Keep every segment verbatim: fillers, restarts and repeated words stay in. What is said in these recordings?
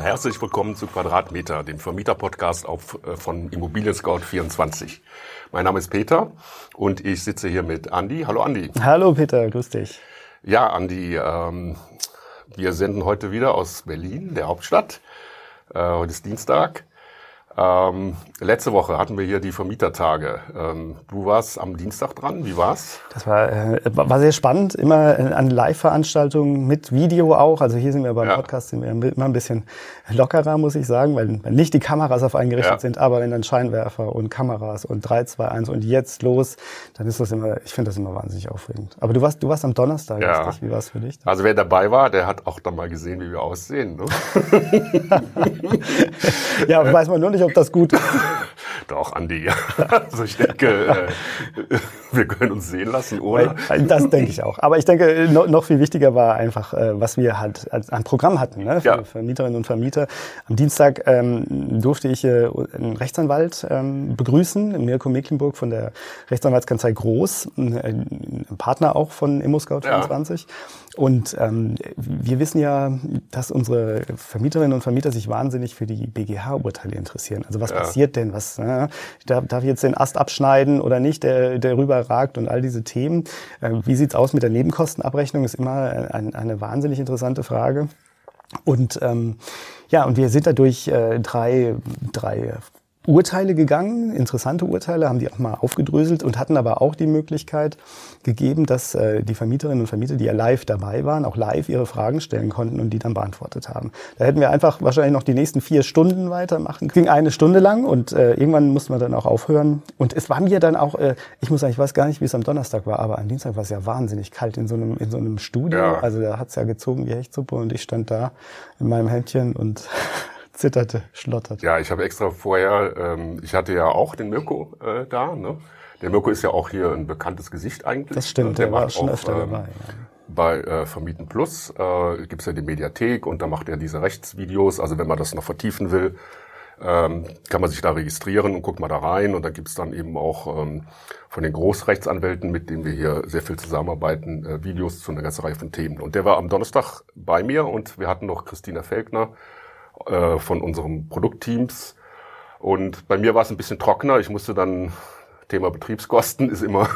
herzlich willkommen zu Quadratmeter, dem Vermieter-Podcast auf, äh, von Immobilien Scout vierundzwanzig. Mein Name ist Peter und ich sitze hier mit Andi. Hallo Andi. Hallo Peter, grüß dich. Ja, Andi, ähm, wir senden heute wieder aus Berlin, der Hauptstadt. Äh, heute ist Dienstag. Ähm, letzte Woche hatten wir hier die Vermietertage. Ähm, du warst am Dienstag dran. Wie war's? Das war, äh, war sehr spannend. Immer eine Live-Veranstaltung mit Video auch. Also hier sind wir beim ja. Podcast sind wir immer ein bisschen lockerer, muss ich sagen, weil nicht die Kameras auf einen gerichtet ja. sind, aber wenn dann Scheinwerfer und Kameras und drei, zwei, eins und jetzt los, dann ist das immer, ich finde das immer wahnsinnig aufregend. Aber du warst, du warst am Donnerstag, ja. richtig? Wie war es für dich? Also wer dabei war, der hat auch dann mal gesehen, wie wir aussehen. Ne? Ja, weiß man nur nicht, ob das gut ist. Doch, Andi. Also ich denke, äh, wir können uns sehen lassen, oder? Das denke ich auch. Aber ich denke, noch viel wichtiger war einfach, was wir halt an Programm hatten, ne? Für ja. Vermieterinnen und Vermieter. Am Dienstag ähm, durfte ich äh, einen Rechtsanwalt ähm, begrüßen, Mirko Mecklenburg von der Rechtsanwaltskanzlei Groß, ein, ein Partner auch von ImmoScout vierundzwanzig. Ja. Und ähm, wir wissen ja, dass unsere Vermieterinnen und Vermieter sich wahnsinnig für die B G H-Urteile interessieren. Also was ja. passiert denn? Was ne? darf, darf ich jetzt den Ast abschneiden oder nicht, der, der rüberragt und all diese Themen? Äh, wie sieht's aus mit der Nebenkostenabrechnung? Ist immer ein, eine wahnsinnig interessante Frage. Und ähm, ja, und wir sind da durch äh, drei, drei Urteile gegangen, interessante Urteile, haben die auch mal aufgedröselt und hatten aber auch die Möglichkeit gegeben, dass äh, die Vermieterinnen und Vermieter, die ja live dabei waren, auch live ihre Fragen stellen konnten und die dann beantwortet haben. Da hätten wir einfach wahrscheinlich noch die nächsten vier Stunden weitermachen. Ging eine Stunde lang und äh, irgendwann mussten wir dann auch aufhören. Und es war mir dann auch, äh, ich muss sagen, ich weiß gar nicht, wie es am Donnerstag war, aber am Dienstag war es ja wahnsinnig kalt in so einem, in so einem Studio. Ja. Also da hat's ja gezogen wie Hechtsuppe und ich stand da in meinem Hemdchen und zitterte, schlotterte. Ja, ich habe extra vorher, ähm, ich hatte ja auch den Mirko äh, da, ne? Der Mirko ist ja auch hier ein bekanntes Gesicht eigentlich. Das stimmt, der, der war schon auch, öfter ähm, dabei. Ja. Bei äh, Vermieten Plus äh, gibt's ja die Mediathek und da macht er diese Rechtsvideos. Also wenn man das noch vertiefen will, ähm, kann man sich da registrieren und guckt mal da rein. Und da gibt's dann eben auch ähm, von den Großrechtsanwälten, mit denen wir hier sehr viel zusammenarbeiten, äh, Videos zu einer ganzen Reihe von Themen. Und der war am Donnerstag bei mir und wir hatten noch Christina Felkner von unserem Produktteams. Und bei mir war es ein bisschen trockener. Ich musste dann, Thema Betriebskosten ist immer...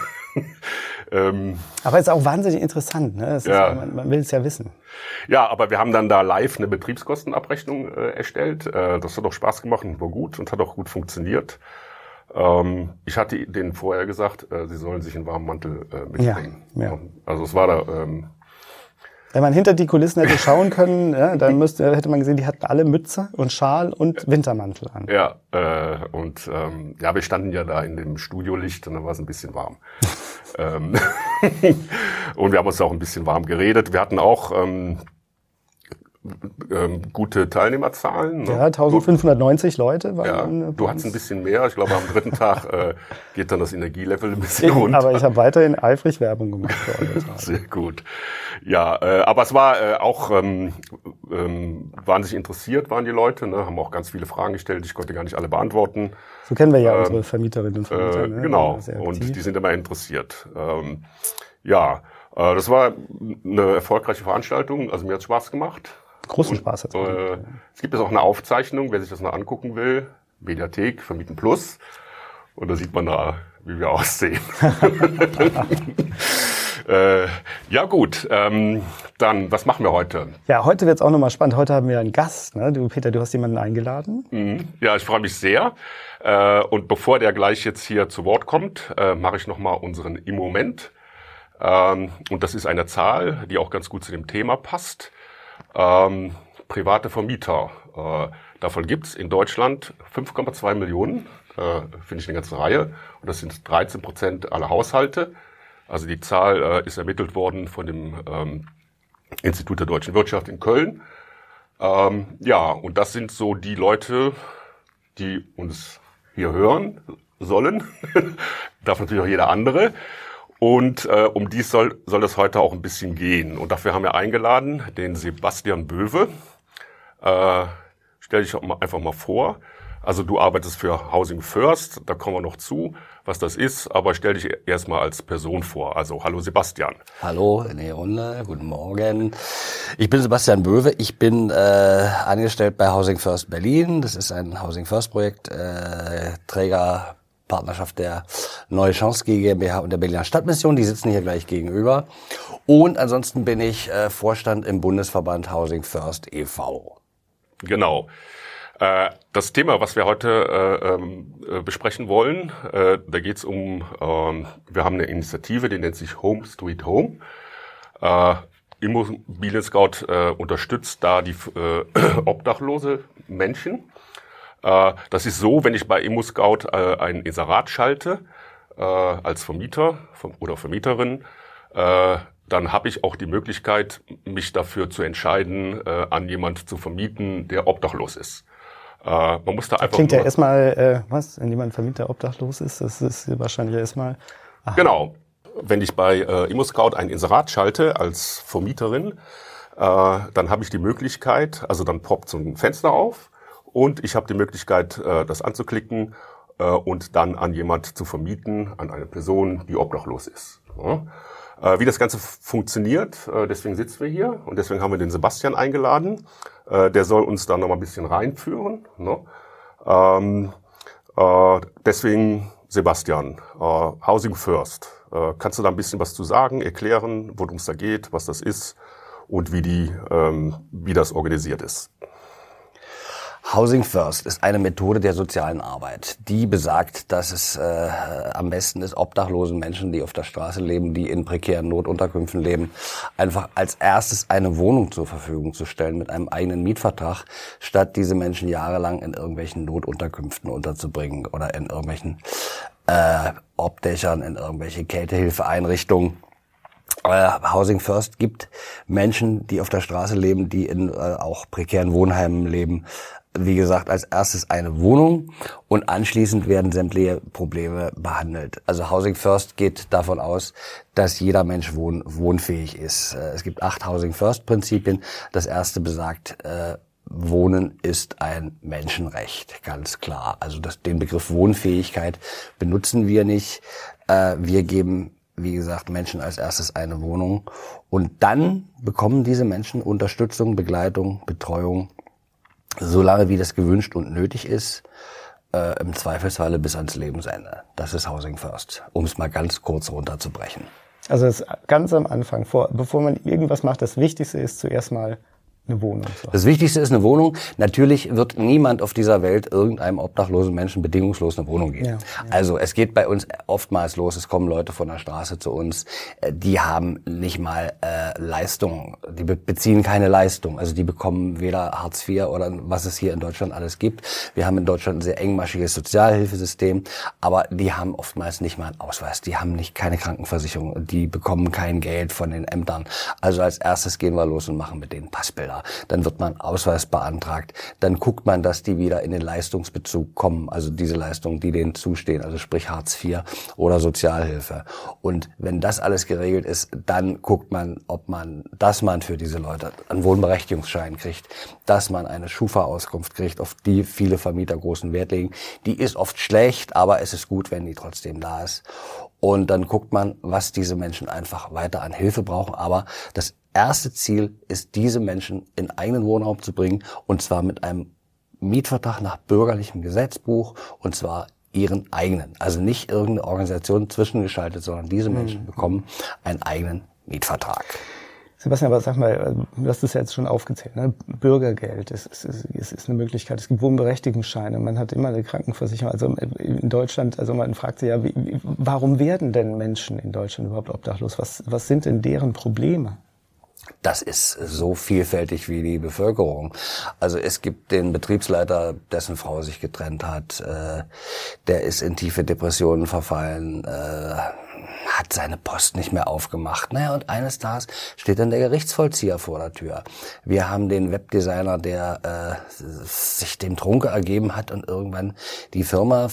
ähm, aber es ist auch wahnsinnig interessant, ne? Es ja. ist, man, man will es ja wissen. Ja, aber wir haben dann da live eine Betriebskostenabrechnung äh, erstellt. Äh, das hat auch Spaß gemacht und war gut und hat auch gut funktioniert. Ähm, ich hatte denen vorher gesagt, äh, sie sollen sich einen warmen Mantel äh, mitbringen. Ja, ja. Also es war da... Ähm, Wenn man hinter die Kulissen hätte schauen können, ja, dann müsste, hätte man gesehen, die hatten alle Mütze und Schal und Wintermantel an. Ja, äh, und ähm, ja, wir standen ja da in dem Studiolicht und dann war es ein bisschen warm. ähm, und wir haben uns auch ein bisschen warm geredet. Wir hatten auch ähm, ähm, gute Teilnehmerzahlen. Ne? Ja, eintausendfünfhundertneunzig Leute waren. Ja, du hattest ein bisschen mehr. Ich glaube, am dritten Tag äh, geht dann das Energielevel ein bisschen runter. Aber ich habe weiterhin eifrig Werbung gemacht für eure Tage. Sehr gut. Ja, äh, aber es war äh, auch ähm, ähm, wahnsinnig interessiert waren die Leute, ne? Haben auch ganz viele Fragen gestellt. Ich konnte gar nicht alle beantworten. So kennen wir ja ähm, unsere Vermieterinnen und Vermieter. Äh, ne? Genau. Und die sind immer interessiert. Ähm, ja, äh, das war eine erfolgreiche Veranstaltung. Also mir hat es Spaß gemacht. Großen Spaß hat es gemacht. Äh, es gibt jetzt auch eine Aufzeichnung, wer sich das noch angucken will. Mediathek, Vermieten Plus. Und da sieht man da, wie wir aussehen. Äh, ja gut, ähm, dann, was machen wir heute? Ja, heute wird's auch nochmal spannend. Heute haben wir einen Gast. Ne? Du, Peter, du hast jemanden eingeladen. Mhm. Ja, ich freue mich sehr. Äh, und bevor der gleich jetzt hier zu Wort kommt, äh, mache ich nochmal unseren Immoment. Ähm, und das ist eine Zahl, die auch ganz gut zu dem Thema passt. Ähm, private Vermieter. Äh, davon gibt's in Deutschland fünf Komma zwei Millionen. Äh, finde ich eine ganze Reihe. Und das sind dreizehn Prozent aller Haushalte. Also die Zahl äh, ist ermittelt worden von dem ähm, Institut der Deutschen Wirtschaft in Köln. Ähm, ja, und das sind so die Leute, die uns hier hören sollen. Darf natürlich auch jeder andere. Und äh, um dies soll, soll es heute auch ein bisschen gehen. Und dafür haben wir eingeladen den Sebastian Böwe. Äh, stell dich auch mal, einfach mal vor. Also du arbeitest für Housing First, da kommen wir noch zu, was das ist, aber stell dich erstmal als Person vor. Also hallo Sebastian. Hallo in die Runde, guten Morgen. Ich bin Sebastian Böwe, ich bin äh, angestellt bei Housing First Berlin. Das ist ein Housing First Projekt, äh, Trägerpartnerschaft der Neue Chance GmbH und der Berliner Stadtmission. Die sitzen hier gleich gegenüber. Und ansonsten bin ich äh, Vorstand im Bundesverband Housing First e V Genau. Das Thema, was wir heute äh, besprechen wollen, äh, da geht es um, äh, wir haben eine Initiative, die nennt sich Home Street Home. Äh, Immobilien Scout äh, unterstützt da die äh, obdachlose Menschen. Äh, das ist so, wenn ich bei Immo Scout äh, ein Inserat schalte, äh, als Vermieter oder Vermieterin, äh, dann habe ich auch die Möglichkeit, mich dafür zu entscheiden, äh, an jemand zu vermieten, der obdachlos ist. Uh, man muss da einfach klingt ja erstmal, äh, was, wenn jemand Vermieter obdachlos ist, das ist wahrscheinlich erstmal... Aha. Genau. Wenn ich bei äh, Immo Scout ein Inserat schalte als Vermieterin, äh, dann habe ich die Möglichkeit, also dann poppt so ein Fenster auf und ich habe die Möglichkeit, äh, das anzuklicken äh, und dann an jemand zu vermieten, an eine Person, die obdachlos ist. Ja. Äh, wie das Ganze funktioniert, äh, deswegen sitzen wir hier und deswegen haben wir den Sebastian eingeladen. Äh, der soll uns da noch mal ein bisschen reinführen. Ne? Ähm, äh, deswegen Sebastian, äh, Housing First. Äh, kannst du da ein bisschen was zu sagen, erklären, worum es da geht, was das ist und wie die, ähm, wie das organisiert ist? Housing First ist eine Methode der sozialen Arbeit, die besagt, dass es äh, am besten ist, obdachlosen Menschen, die auf der Straße leben, die in prekären Notunterkünften leben, einfach als erstes eine Wohnung zur Verfügung zu stellen mit einem eigenen Mietvertrag, statt diese Menschen jahrelang in irgendwelchen Notunterkünften unterzubringen oder in irgendwelchen äh, Obdächern, in irgendwelche Kältehilfeeinrichtungen. Äh, Housing First gibt Menschen, die auf der Straße leben, die in äh, auch prekären Wohnheimen leben, wie gesagt, als erstes eine Wohnung und anschließend werden sämtliche Probleme behandelt. Also Housing First geht davon aus, dass jeder Mensch wohn wohnfähig ist. Es gibt acht Housing First Prinzipien. Das erste besagt, äh, Wohnen ist ein Menschenrecht, ganz klar. Also das, den Begriff Wohnfähigkeit benutzen wir nicht. Äh, wir geben, wie gesagt, Menschen als erstes eine Wohnung und dann bekommen diese Menschen Unterstützung, Begleitung, Betreuung, solange wie das gewünscht und nötig ist, äh, im Zweifelsfalle bis ans Lebensende. Das ist Housing First, um es mal ganz kurz runterzubrechen. Also das ganz am Anfang, vor, bevor man irgendwas macht, das Wichtigste ist zuerst mal eine Wohnung. So. Das Wichtigste ist eine Wohnung. Natürlich wird niemand auf dieser Welt irgendeinem obdachlosen Menschen bedingungslos eine Wohnung geben. Ja, ja. Also es geht bei uns oftmals los, es kommen Leute von der Straße zu uns, die haben nicht mal äh, Leistung, die be beziehen keine Leistung. Also die bekommen weder Hartz vier oder was es hier in Deutschland alles gibt. Wir haben in Deutschland ein sehr engmaschiges Sozialhilfesystem, aber die haben oftmals nicht mal einen Ausweis. Die haben nicht keine Krankenversicherung und die bekommen kein Geld von den Ämtern. Also als erstes gehen wir los und machen mit denen Passbilder. Dann wird man Ausweis beantragt. Dann guckt man, dass die wieder in den Leistungsbezug kommen. Also diese Leistungen, die denen zustehen. Also sprich Hartz vier oder Sozialhilfe. Und wenn das alles geregelt ist, dann guckt man, ob man, dass man für diese Leute einen Wohnberechtigungsschein kriegt. Dass man eine Schufa-Auskunft kriegt, auf die viele Vermieter großen Wert legen. Die ist oft schlecht, aber es ist gut, wenn die trotzdem da ist. Und dann guckt man, was diese Menschen einfach weiter an Hilfe brauchen. Aber das erste Ziel ist, diese Menschen in eigenen Wohnraum zu bringen, und zwar mit einem Mietvertrag nach bürgerlichem Gesetzbuch, und zwar ihren eigenen. Also nicht irgendeine Organisation zwischengeschaltet, sondern diese Menschen mhm. bekommen einen eigenen Mietvertrag. Sebastian, aber sag mal, du hast es ja jetzt schon aufgezählt, ne? Bürgergeld ist, ist, ist, ist eine Möglichkeit, es gibt Wohnberechtigungsscheine, man hat immer eine Krankenversicherung. Also in Deutschland, also man fragt sich ja, wie, warum werden denn Menschen in Deutschland überhaupt obdachlos? Was, was sind denn deren Probleme? Das ist so vielfältig wie die Bevölkerung. Also es gibt den Betriebsleiter, dessen Frau sich getrennt hat, äh, der ist in tiefe Depressionen verfallen, äh, hat seine Post nicht mehr aufgemacht. Naja, und eines Tages steht dann der Gerichtsvollzieher vor der Tür. Wir haben den Webdesigner, der äh, sich dem Trunke ergeben hat und irgendwann die Firma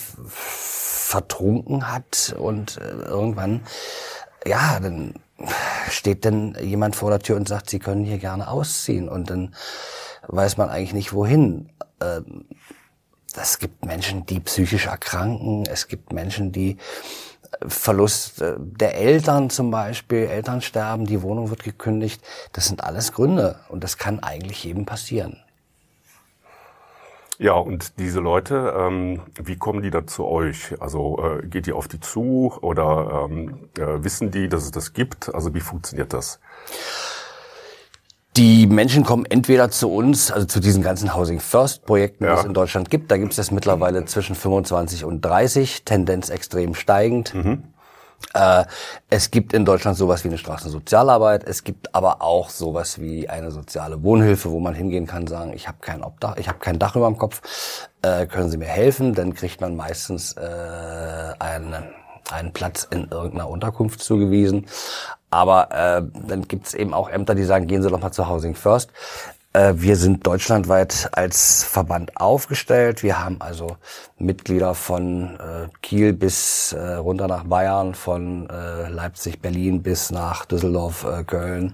vertrunken hat und äh, irgendwann, ja, dann steht denn jemand vor der Tür und sagt, Sie können hier gerne ausziehen, und dann weiß man eigentlich nicht wohin. es gibt Menschen, die psychisch erkranken. Es gibt Menschen, die Verlust der Eltern zum Beispiel, Eltern sterben, die Wohnung wird gekündigt. Das sind alles Gründe und das kann eigentlich jedem passieren. Ja, und diese Leute, ähm, wie kommen die da zu euch? Also äh, geht ihr auf die zu oder ähm, äh, wissen die, dass es das gibt? Also wie funktioniert das? Die Menschen kommen entweder zu uns, also zu diesen ganzen Housing First Projekten, die ja. es in Deutschland gibt. Da gibt es jetzt mittlerweile zwischen fünfundzwanzig und dreißig, Tendenz extrem steigend. Mhm. Äh, es gibt in Deutschland sowas wie eine Straßensozialarbeit. Es gibt aber auch sowas wie eine soziale Wohnhilfe, wo man hingehen kann, sagen, ich habe kein Obdach, ich habe kein Dach über dem Kopf, äh, können Sie mir helfen? Dann kriegt man meistens äh, einen, einen Platz in irgendeiner Unterkunft zugewiesen. Aber äh, dann gibt's eben auch Ämter, die sagen, gehen Sie doch mal zu Housing First. Äh, wir sind deutschlandweit als Verband aufgestellt. Wir haben also Mitglieder von äh, Kiel bis äh, runter nach Bayern, von äh, Leipzig, Berlin bis nach Düsseldorf, äh, Köln.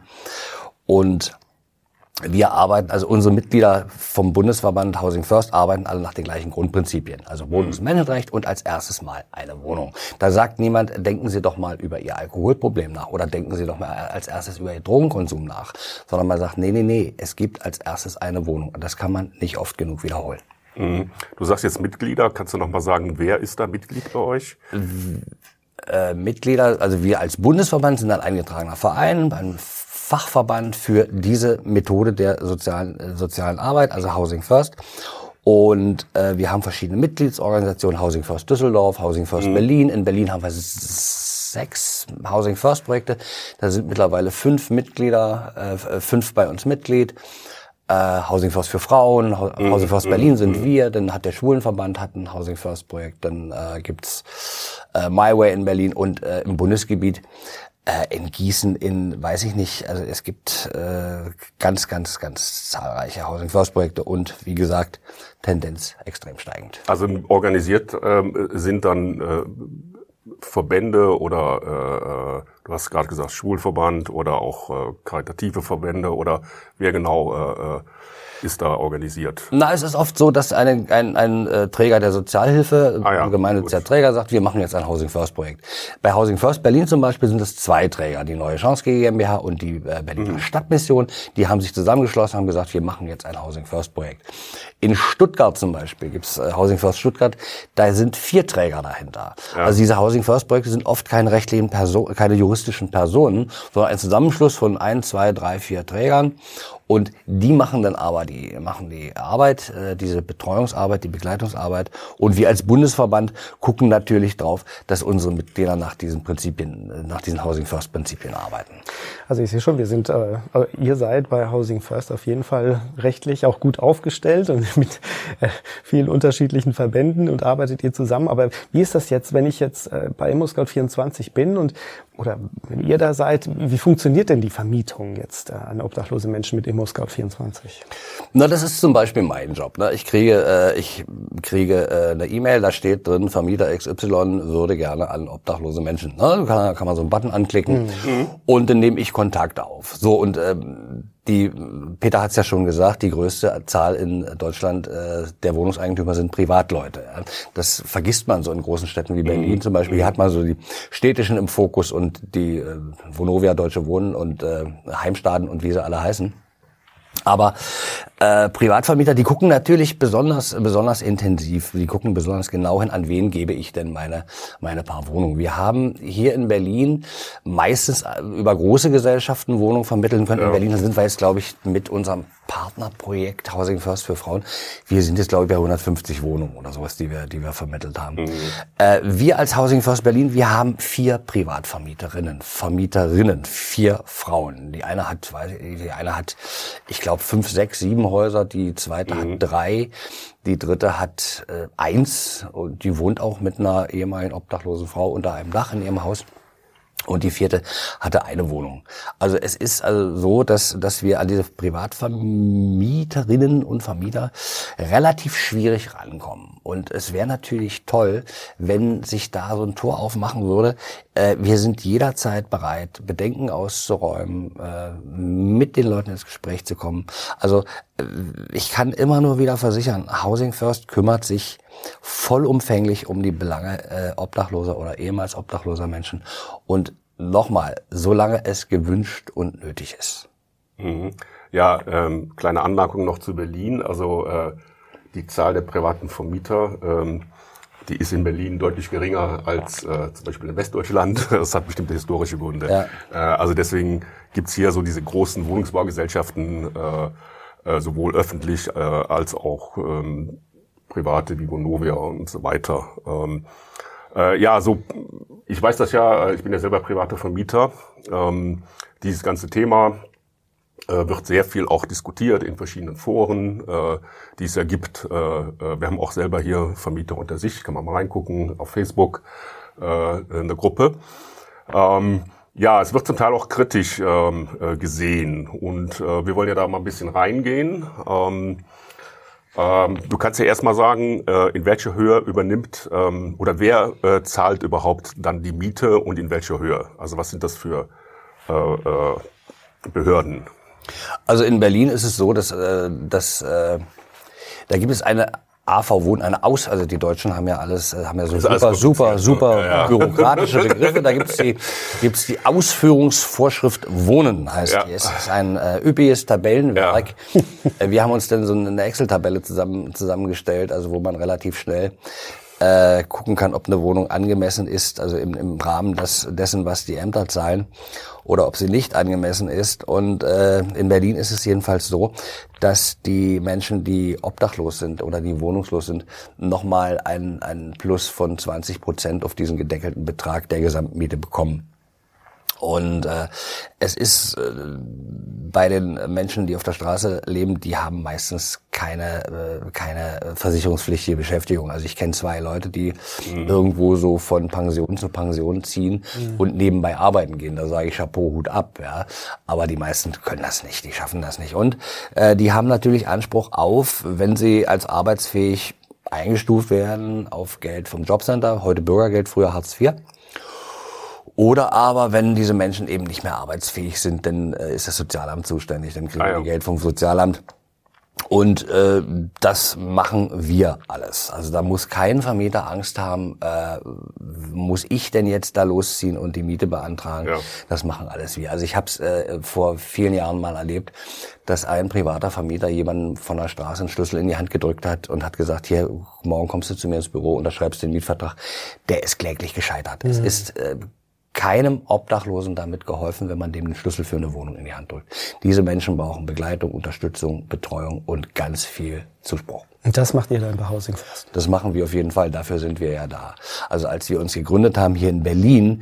Und wir arbeiten, also unsere Mitglieder vom Bundesverband Housing First arbeiten alle nach den gleichen Grundprinzipien. Also Wohnungsmanagerecht und als erstes mal eine Wohnung. Da sagt niemand, denken Sie doch mal über Ihr Alkoholproblem nach oder denken Sie doch mal als erstes über Ihr Drogenkonsum nach. Sondern man sagt, nee, nee, nee, es gibt als erstes eine Wohnung. Und das kann man nicht oft genug wiederholen. Mhm. Du sagst jetzt Mitglieder, kannst du noch mal sagen, wer ist da Mitglied bei euch? Äh, Mitglieder, also wir als Bundesverband sind ein eingetragener Verein, ein Fachverband für diese Methode der sozialen äh, sozialen Arbeit, also Housing First. Und äh, wir haben verschiedene Mitgliedsorganisationen, Housing First Düsseldorf, Housing First mhm. Berlin. In Berlin haben wir sechs Housing First Projekte. Da sind mittlerweile fünf Mitglieder, äh, fünf bei uns Mitglied. Äh, Housing First für Frauen, mhm. Housing First Berlin sind mhm. wir. Dann hat der Schwulenverband hat ein Housing First Projekt. Dann äh, gibt's äh, My Way in Berlin und äh, im Bundesgebiet. In Gießen, in, weiß ich nicht, also es gibt äh, ganz, ganz, ganz zahlreiche Housing First Projekte und wie gesagt, Tendenz extrem steigend. Also organisiert ähm, sind dann äh, Verbände oder, äh, du hast gerade gesagt, Schwulverband oder auch äh, karitative Verbände oder wer genau äh, ist da organisiert? Na, es ist oft so, dass eine, ein, ein äh, Träger der Sozialhilfe, ah ja, ein gemeinnütziger Träger, sagt, wir machen jetzt ein Housing First Projekt. Bei Housing First Berlin zum Beispiel sind es zwei Träger, die Neue Chance GmbH und die äh, Berliner mhm. Stadtmission. Die haben sich zusammengeschlossen, haben gesagt, wir machen jetzt ein Housing First Projekt. In Stuttgart zum Beispiel gibt's äh, Housing First Stuttgart, da sind vier Träger dahinter. Ja. Also diese Housing First Projekte sind oft keine rechtlichen Personen, keine juristischen Personen, sondern ein Zusammenschluss von ein, zwei, drei, vier Trägern. Und die machen dann aber die machen die Arbeit, äh, diese Betreuungsarbeit, die Begleitungsarbeit. Und wir als Bundesverband gucken natürlich drauf, dass unsere Mitglieder nach diesen Prinzipien, nach diesen Housing First Prinzipien arbeiten. Also ich sehe schon, wir sind, äh, ihr seid bei Housing First auf jeden Fall rechtlich auch gut aufgestellt und mit äh, vielen unterschiedlichen Verbänden und arbeitet ihr zusammen. Aber wie ist das jetzt, wenn ich jetzt äh, bei ImmoScout vierundzwanzig bin und oder wenn ihr da seid, wie funktioniert denn die Vermietung jetzt äh, an obdachlose Menschen mit ImmoScout vierundzwanzig? Na, das ist zum Beispiel mein Job. Ne? Ich kriege, äh, ich kriege äh, eine E-Mail, da steht drin, Vermieter X Y würde gerne an obdachlose Menschen. Ne? Da kann, kann man so einen Button anklicken mhm. und dann nehme ich Kontakt auf. So und ähm, die Peter hat es ja schon gesagt, die größte Zahl in Deutschland äh, der Wohnungseigentümer sind Privatleute. Ja. Das vergisst man so in großen Städten wie Berlin mhm. zum Beispiel. Hier hat man so die Städtischen im Fokus und die äh, Vonovia, Deutsche Wohnen und äh, Heimstaden und wie sie alle heißen. Aber äh, Privatvermieter, die gucken natürlich besonders besonders intensiv, die gucken besonders genau hin, an wen gebe ich denn meine meine paar Wohnungen. Wir haben hier in Berlin meistens über große Gesellschaften Wohnungen vermitteln können. Ja. In Berlin sind wir jetzt, glaube ich, mit unserem Partnerprojekt Housing First für Frauen, wir sind jetzt, glaube ich, bei hundertfünfzig Wohnungen oder sowas, die wir die wir vermittelt haben. Mhm. Äh, wir als Housing First Berlin, wir haben vier Privatvermieterinnen, Vermieterinnen, vier Frauen. Die eine hat, weiß ich, die eine hat, ich glaube, fünf, sechs, sieben Häuser, die zweite mhm. hat drei, die dritte hat äh, eins und die wohnt auch mit einer ehemaligen obdachlosen Frau unter einem Dach in ihrem Haus. Und die vierte hatte eine Wohnung. Also es ist also so, dass dass wir an diese Privatvermieterinnen und Vermieter relativ schwierig rankommen. Und es wäre natürlich toll, wenn sich da so ein Tor aufmachen würde, Äh, wir sind jederzeit bereit, Bedenken auszuräumen, äh, mit den Leuten ins Gespräch zu kommen. Also äh, ich kann immer nur wieder versichern, Housing First kümmert sich vollumfänglich um die Belange äh, obdachloser oder ehemals obdachloser Menschen. Und nochmal, solange es gewünscht und nötig ist. Mhm. Ja, ähm, kleine Anmerkung noch zu Berlin. Also äh, die Zahl der privaten Vermieter, ähm, die ist in Berlin deutlich geringer als äh, zum Beispiel in Westdeutschland. Das hat bestimmte historische Gründe. Ja. Äh, also deswegen gibt's hier so diese großen Wohnungsbaugesellschaften, äh, äh, sowohl öffentlich äh, als auch ähm, private wie Vonovia und so weiter. Ähm, äh, ja, so ich weiß das ja, ich bin ja selber privater Vermieter. Ähm, dieses ganze Thema äh, wird sehr viel auch diskutiert in verschiedenen Foren, äh, die es ja gibt. Äh, wir haben auch selber hier Vermieter unter sich, kann man mal reingucken, auf Facebook, äh, eine Gruppe. Ähm, ja, es wird zum Teil auch kritisch ähm, äh, gesehen und äh, wir wollen ja da mal ein bisschen reingehen. Ähm, ähm, du kannst ja erstmal sagen, äh, in welcher Höhe übernimmt ähm, oder wer äh, zahlt überhaupt dann die Miete und in welcher Höhe? Also was sind das für äh, äh, Behörden? Also in Berlin ist es so, dass, äh, dass äh, da gibt es eine A V Wohnen, eine Aus, also die Deutschen haben ja alles, haben ja so super, super, super ja, ja. bürokratische Begriffe. Da gibt's die, gibt's die Ausführungsvorschrift Wohnen, heißt ja. die. Es ist ein äh, üppiges Tabellenwerk. Ja. Wir haben uns dann so eine Excel-Tabelle zusammen, zusammengestellt, also wo man relativ schnell äh, gucken kann, ob eine Wohnung angemessen ist, also im, im Rahmen des, dessen, was die Ämter zahlen, oder ob sie nicht angemessen ist. Und äh, in Berlin ist es jedenfalls so, dass die Menschen, die obdachlos sind oder die wohnungslos sind, nochmal ein, ein Plus von zwanzig Prozent auf diesen gedeckelten Betrag der Gesamtmiete bekommen. Und äh, es ist äh, bei den Menschen, die auf der Straße leben, die haben meistens keine äh, keine versicherungspflichtige Beschäftigung. Also ich kenne zwei Leute, die mhm. irgendwo so von Pension zu Pension ziehen mhm. und nebenbei arbeiten gehen. Da sage ich Chapeau, Hut ab. Ja. Aber die meisten können das nicht, die schaffen das nicht. Und äh, die haben natürlich Anspruch auf, wenn sie als arbeitsfähig eingestuft werden, auf Geld vom Jobcenter, heute Bürgergeld, früher Hartz vier. Oder aber, wenn diese Menschen eben nicht mehr arbeitsfähig sind, dann äh, ist das Sozialamt zuständig, dann kriegen ah, ja. die Geld vom Sozialamt. Und äh, das machen wir alles. Also da muss kein Vermieter Angst haben, äh, muss ich denn jetzt da losziehen und die Miete beantragen? Ja. Das machen alles wir. Also ich habe es äh, vor vielen Jahren mal erlebt, dass ein privater Vermieter jemanden von der Straße einen Schlüssel in die Hand gedrückt hat und hat gesagt, hier, morgen kommst du zu mir ins Büro, unterschreibst den Mietvertrag. Der ist kläglich gescheitert. Mhm. Es ist äh, keinem Obdachlosen damit geholfen, wenn man dem den Schlüssel für eine Wohnung in die Hand drückt. Diese Menschen brauchen Begleitung, Unterstützung, Betreuung und ganz viel Zuspruch. Und das macht ihr dann bei Housing First? Das machen wir auf jeden Fall, dafür sind wir ja da. Also als wir uns gegründet haben hier in Berlin,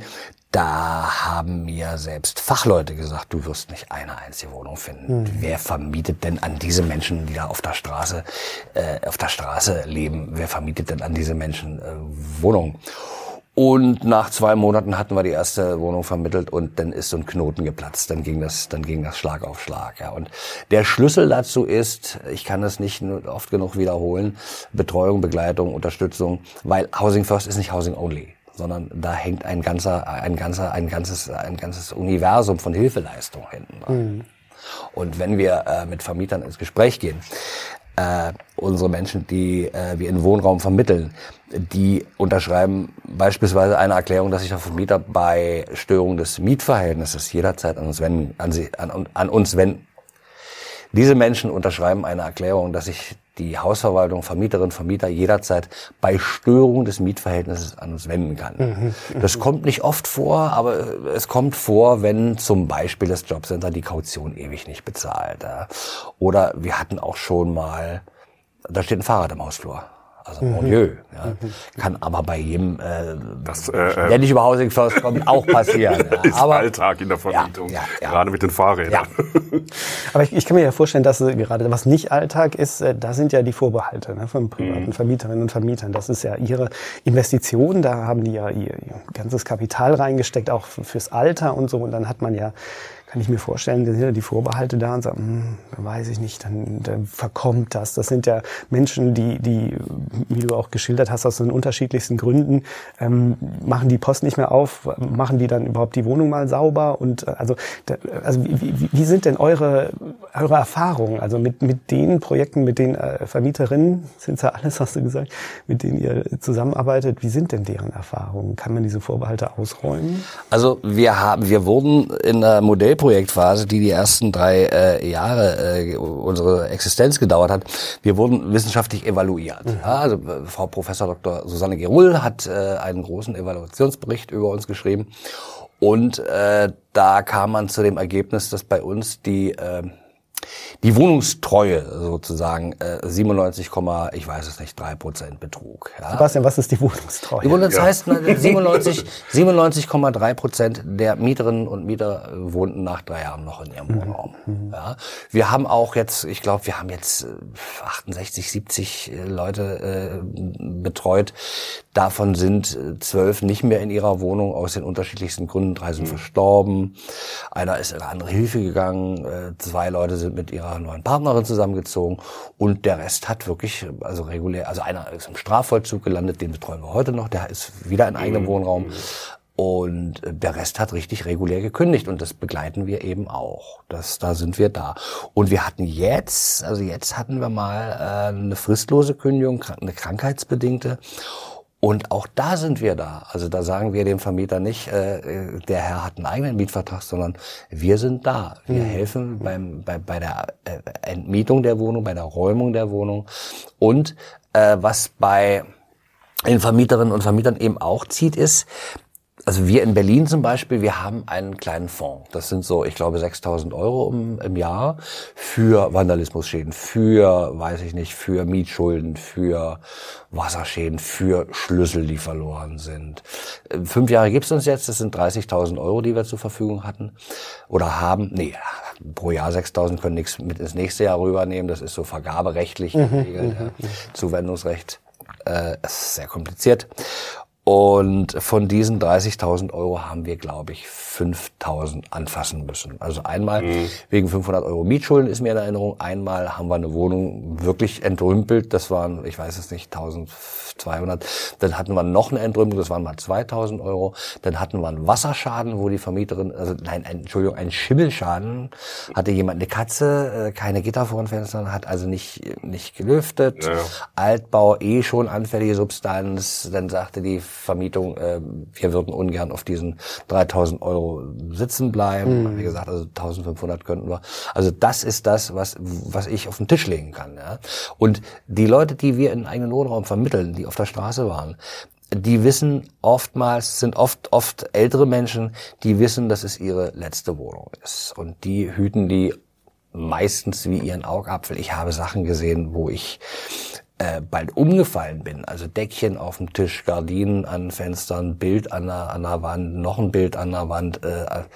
da haben mir selbst Fachleute gesagt, du wirst nicht eine einzige Wohnung finden. Mhm. Wer vermietet denn an diese Menschen, die da auf der Straße, äh, auf der Straße leben, wer vermietet denn an diese Menschen äh, Wohnungen? Und nach zwei Monaten hatten wir die erste Wohnung vermittelt und dann ist so ein Knoten geplatzt. Dann ging das, dann ging das Schlag auf Schlag. Ja. Und der Schlüssel dazu ist, ich kann das nicht oft genug wiederholen, Betreuung, Begleitung, Unterstützung, weil Housing First ist nicht Housing Only, sondern da hängt ein ganzer, ein ganzer, ein ganzes, ein ganzes Universum von Hilfeleistung hinten dran. Mhm. Und wenn wir äh, mit Vermietern ins Gespräch gehen, Äh, unsere Menschen, die äh, wir in Wohnraum vermitteln, die unterschreiben beispielsweise eine Erklärung, dass sich der Vermieter bei Störung des Mietverhältnisses jederzeit an uns wenden, an, sie, an, an uns wenden. Diese Menschen unterschreiben eine Erklärung, dass sich die Hausverwaltung, Vermieterin, Vermieter jederzeit bei Störung des Mietverhältnisses an uns wenden kann. Mhm. Das kommt nicht oft vor, aber es kommt vor, wenn zum Beispiel das Jobcenter die Kaution ewig nicht bezahlt. Ja. Oder wir hatten auch schon mal, da steht ein Fahrrad im Hausflur. Also mon Dieu, ja. Kann aber bei jedem, äh, das, äh, der nicht über Housing First kommt, auch passieren. Ja. Ist aber Alltag in der Vermietung, ja, ja, ja. gerade mit den Fahrrädern. Ja. Aber ich, ich kann mir ja vorstellen, dass äh, gerade was nicht Alltag ist, äh, da sind ja die Vorbehalte ne, von privaten mhm. Vermieterinnen und Vermietern. Das ist ja ihre Investition, da haben die ja ihr, ihr ganzes Kapital reingesteckt, auch fürs Alter und so. Und dann hat man ja kann ich mir vorstellen, sind die Vorbehalte da und sagen, hm, weiß ich nicht, dann, dann verkommt das. Das sind ja Menschen, die, die, wie du auch geschildert hast, aus den unterschiedlichsten Gründen, ähm, machen die Post nicht mehr auf, machen die dann überhaupt die Wohnung mal sauber und also, da, also wie, wie, wie sind denn eure, eure Erfahrungen, also mit, mit den Projekten, mit den äh, Vermieterinnen, sind's ja alles, hast du gesagt, mit denen ihr zusammenarbeitet, wie sind denn deren Erfahrungen? Kann man diese Vorbehalte ausräumen? Also wir haben, wir wurden in der Modellprojektphase, die die ersten drei äh, Jahre äh, unsere Existenz gedauert hat, wir wurden wissenschaftlich evaluiert. Mhm. Ja, also äh, Frau Professor Doktor Susanne Gerull hat äh, einen großen Evaluationsbericht über uns geschrieben und äh, da kam man zu dem Ergebnis, dass bei uns die äh, die Wohnungstreue sozusagen äh, siebenundneunzig, ich weiß es nicht, drei Prozent betrug. Ja. Sebastian, was ist die Wohnungstreue? Die Wohnungstreue ja. heißt siebenundneunzig, siebenundneunzig Komma drei Prozent der Mieterinnen und Mieter wohnten nach drei Jahren noch in ihrem Wohnraum. Mhm. Ja. Wir haben auch jetzt, ich glaube, wir haben jetzt achtundsechzig, siebzig Leute äh, betreut. Davon sind zwölf nicht mehr in ihrer Wohnung aus den unterschiedlichsten Gründen. Drei sind mhm. verstorben, einer ist in eine andere Hilfe gegangen, äh, zwei Leute sind mit ihrer neuen Partnerin zusammengezogen und der Rest hat wirklich, also regulär, also einer ist im Strafvollzug gelandet, den betreuen wir heute noch, der ist wieder in eigenem mhm. Wohnraum und der Rest hat richtig regulär gekündigt und das begleiten wir eben auch. Das, da sind wir da. Und wir hatten jetzt, also jetzt hatten wir mal äh, eine fristlose Kündigung, eine krankheitsbedingte. Und auch da sind wir da. Also da sagen wir dem Vermieter nicht, äh, der Herr hat einen eigenen Mietvertrag, sondern wir sind da. Wir mhm. helfen beim, bei, bei der äh, Entmietung der Wohnung, bei der Räumung der Wohnung. Und äh, was bei den Vermieterinnen und Vermietern eben auch zieht, ist, also wir in Berlin zum Beispiel, wir haben einen kleinen Fonds. Das sind so, ich glaube, sechstausend Euro im, im Jahr für Vandalismusschäden, für, weiß ich nicht, für Mietschulden, für Wasserschäden, für Schlüssel, die verloren sind. Fünf Jahre gibt's uns jetzt, das sind dreißigtausend Euro, die wir zur Verfügung hatten oder haben. Nee, pro Jahr sechstausend können nichts mit ins nächste Jahr rübernehmen. Das ist so vergaberechtlich mhm, geregelt. Mhm, ja. Zuwendungsrecht äh, ist sehr kompliziert. Und von diesen dreißigtausend Euro haben wir, glaube ich, fünftausend anfassen müssen. Also einmal mhm. wegen fünfhundert Euro Mietschulden ist mir in Erinnerung. Einmal haben wir eine Wohnung wirklich entrümpelt. Das waren, ich weiß es nicht, eintausendzweihundert. Dann hatten wir noch eine Entrümpelung, das waren mal zweitausend Euro. Dann hatten wir einen Wasserschaden, wo die Vermieterin, also nein, ein, Entschuldigung, einen Schimmelschaden. Hatte jemand eine Katze, keine Gitter vor den Fenstern, hat also nicht, nicht gelüftet. Ja. Altbau, eh schon anfällige Substanz. Dann sagte die Vermietung, äh, wir würden ungern auf diesen dreitausend Euro sitzen bleiben. Mhm. Wie gesagt, also eintausendfünfhundert könnten wir. Also das ist das, was was ich auf den Tisch legen kann. Ja. Und die Leute, die wir in eigenen Wohnraum vermitteln, die auf der Straße waren, die wissen oftmals, sind oft oft ältere Menschen, die wissen, dass es ihre letzte Wohnung ist. Und die hüten die meistens wie ihren Augapfel. Ich habe Sachen gesehen, wo ich Äh, bald umgefallen bin. Also Deckchen auf dem Tisch, Gardinen an Fenstern, Bild an der, an der Wand, noch ein Bild an der Wand, äh,